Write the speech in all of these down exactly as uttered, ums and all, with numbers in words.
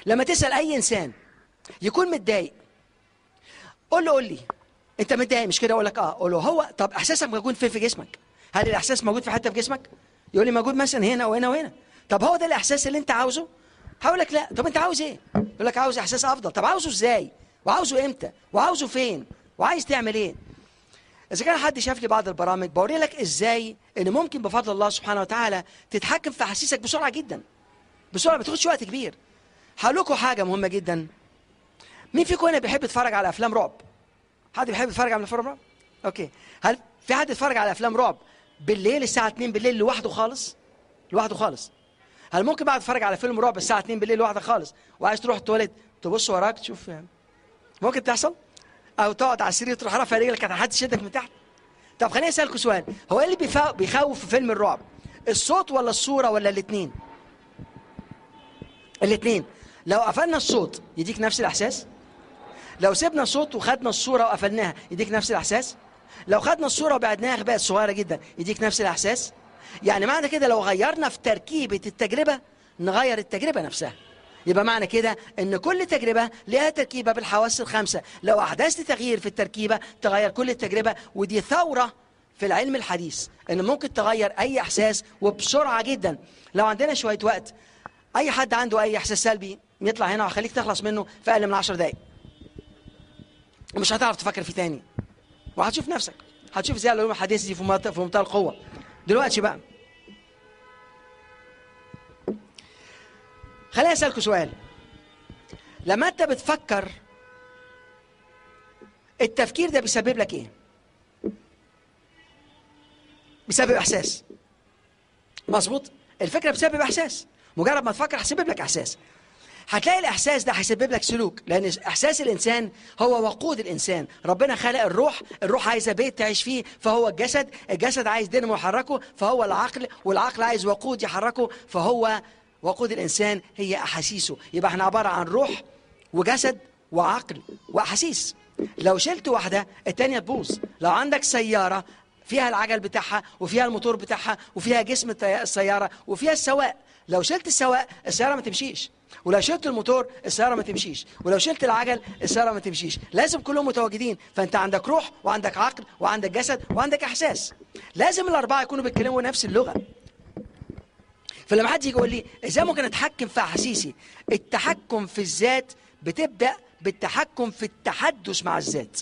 لما تسال اي انسان يكون متضايق، قول له قول لي انت متضايق مش كده؟ اقول لك اه. قول له هو طب احساسك موجود فين في جسمك؟ هل الاحساس موجود في حته في جسمك؟ يقول لي موجود مثلا هنا وهنا وهنا. طب هو ده الاحساس اللي انت عاوزه؟ هقول لك لا. طب انت عاوز ايه؟ يقول لك عاوز احساس افضل. طب عاوزه ازاي؟ وعاوزه امتى؟ وعاوزه فين؟ وعايز تعمل ايه؟ اذا كان حد شاف لي بعض البرامج بوري لك ازاي ان ممكن بفضل الله سبحانه وتعالى تتحكم في احاسيسك بسرعه جدا، بسرعه ما بتاخدش وقت كبير. هقول لكم حاجه مهمه جدا. مين فيكم هنا بيحب يتفرج على افلام رعب؟ حد بيحب يتفرج على افلام رعب؟ اوكي. هل في حد يتفرج على افلام رعب بالليل الساعه اتنين بالليل لوحده خالص؟ لوحده خالص. هل ممكن بعد تتفرج على فيلم رعب الساعه اتنين بالليل لوحدك خالص وعايز تروح التواليت تبص وراك تشوف؟ يعني ممكن تحصل؟ او تقعد على السرير تروح رافع رجلك عشان حد يشدك من تحت؟ طب خليني اسالكم سؤال، هو ايه اللي بيخوف في فيلم الرعب؟ الصوت ولا الصوره ولا الاثنين؟ الاثنين. لو قفلنا الصوت يديك نفس الاحساس؟ لو سيبنا الصوت وخدنا الصوره وقفلناها يديك نفس الاحساس؟ لو خدنا الصوره وبعدناها بقت صغيره جدا يديك نفس الاحساس؟ يعني معنى كده لو غيرنا في تركيبه التجربه نغير التجربه نفسها. يبقى معنى كده ان كل تجربه لها تركيبه بالحواس الخمسه، لو احدثت تغيير في التركيبه تغير كل التجربه. ودي ثوره في العلم الحديث ان ممكن تغير اي احساس وبسرعه جدا. لو عندنا شويه وقت، اي حد عنده اي احساس سلبي يطلع هنا وخليك تخلص منه في اقل من عشر دقائق، ومش هتعرف تفكر فيه تاني، وهتشوف نفسك هتشوف ازاي العلوم الحديثه دي في منتهى في منتهى القوه. دلوقتي بقى خليني اسالكوا سؤال. لما انت بتفكر التفكير ده بيسبب لك ايه؟ بيسبب احساس، مظبوط؟ الفكره بتسبب احساس، مجرد ما تفكر هيسبب لك احساس. هتلاقي الاحساس ده هيسبب لك سلوك، لان احساس الانسان هو وقود الانسان. ربنا خلق الروح، الروح عايزه بيت تعيش فيه فهو الجسد، الجسد عايز دينامو يحركه فهو العقل، والعقل عايز وقود يحركه فهو وقود الانسان هي احاسيسه. يبقى احنا عباره عن روح وجسد وعقل واحاسيس. لو شلت واحده الثانيه تبوظ. لو عندك سياره فيها العجل بتاعها وفيها الموتور بتاعها وفيها جسم السياره وفيها السواق، لو شلت السواق السياره ما تمشيش، ولو شلت الموتور السياره ما تمشيش، ولو شلت العجل السياره ما تمشيش. لازم كلهم متواجدين. فانت عندك روح وعندك عقل وعندك جسد وعندك احساس، لازم الاربعه يكونوا بيتكلموا نفس اللغه. فلما حد يجي يقول لي ازاي ممكن اتحكم في احاسيسي؟ التحكم في الذات بتبدا بالتحكم في التحدث مع الذات.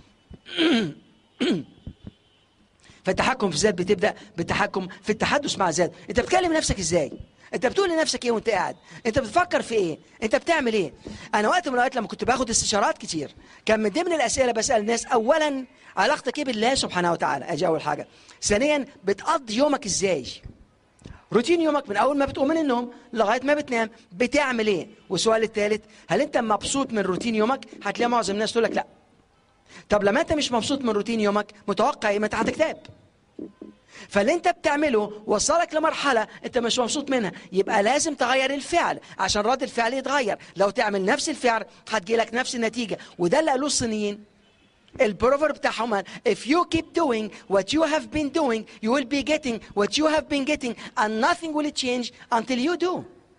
فالتحكم في الذات بتبدا بالتحكم في التحدث مع الذات. انت بتكلم نفسك ازاي؟ انت بتقول لنفسك ايه وانت قاعد؟ انت بتفكر في ايه؟ انت بتعمل ايه؟ انا وقت من الاوقات لما كنت باخد استشارات كتير كان من ضمن الاسئله بسال الناس اولا علاقتك ايه بالله سبحانه وتعالى؟ اجي اول حاجه. ثانيا بتقضي يومك ازاي؟ روتين يومك من اول ما بتقوم من النوم لغايه ما بتنام بتعمل ايه؟ والسؤال الثالث هل انت مبسوط من روتين يومك؟ هتلاقي معظم الناس تقول لك لا. طب لما انت مش مبسوط من روتين يومك متوقع ايه؟ ما انت هتكتئب. فاللي انت بتعمله وصلك لمرحله انت مش مبسوط منها، يبقى لازم تغير الفعل عشان رد الفعل يتغير. لو تعمل نفس الفعل هتجيلك نفس النتيجه. وده اللي قالوه الصينيين. البروفر بتاعهم if you keep doing what you have been doing you will be getting what you have been getting and nothing will change until you do.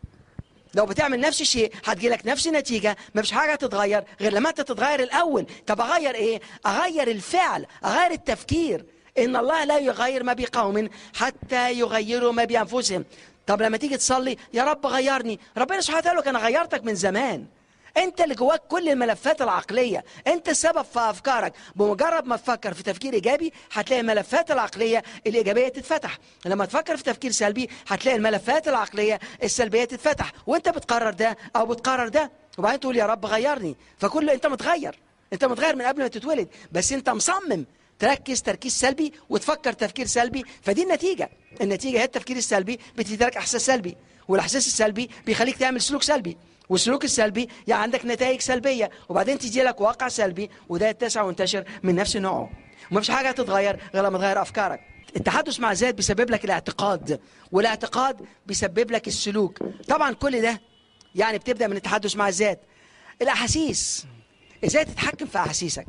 لو بتعمل نفس الشيء هتجيلك نفس النتيجه، مفيش حاجه هتتغير غير لما انت تتغير الاول. طب اغير ايه؟ اغير الفعل، اغير التفكير. ان الله لا يغير ما بقوم حتى يغيروا ما بانفسهم. طب لما تيجي تصلي يا رب غيرني، ربنا سبحانه وتعالى قال لك انا غيرتك من زمان. انت اللي جواك كل الملفات العقليه، انت السبب في افكارك. بمجرد ما تفكر في تفكير ايجابي هتلاقي الملفات العقليه الايجابيه تتفتح، لما تفكر في تفكير سلبي هتلاقي الملفات العقليه السلبيه تتفتح. وانت بتقرر ده او بتقرر ده وبعدين تقول يا رب غيرني. فكل انت متغير، انت متغير من قبل ما تتولد، بس انت مصمم تركز تركيز سلبي وتفكر تفكير سلبي. فدي النتيجه. النتيجه هي التفكير السلبي بتديلك احساس سلبي، والاحساس السلبي بيخليك تعمل سلوك سلبي، والسلوك السلبي يعني عندك نتائج سلبيه، وبعدين تيجي لك واقع سلبي وده يتسع وينتشر من نفس نوعه. ومفيش حاجه هتتغير غير لما تغير افكارك. التحدث مع الذات بيسبب لك الاعتقاد، والاعتقاد بيسبب لك السلوك. طبعا كل ده يعني بتبدا من التحدث مع الذات. الاحاسيس، ازاي تتحكم في احاسيسك؟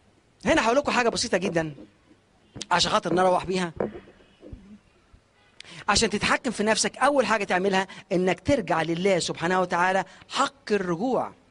هنا هقول لكم حاجه بسيطه جدا عشان خاطر نروح بيها. عشان تتحكم في نفسك أول حاجة تعملها إنك ترجع لله سبحانه وتعالى حق الرجوع.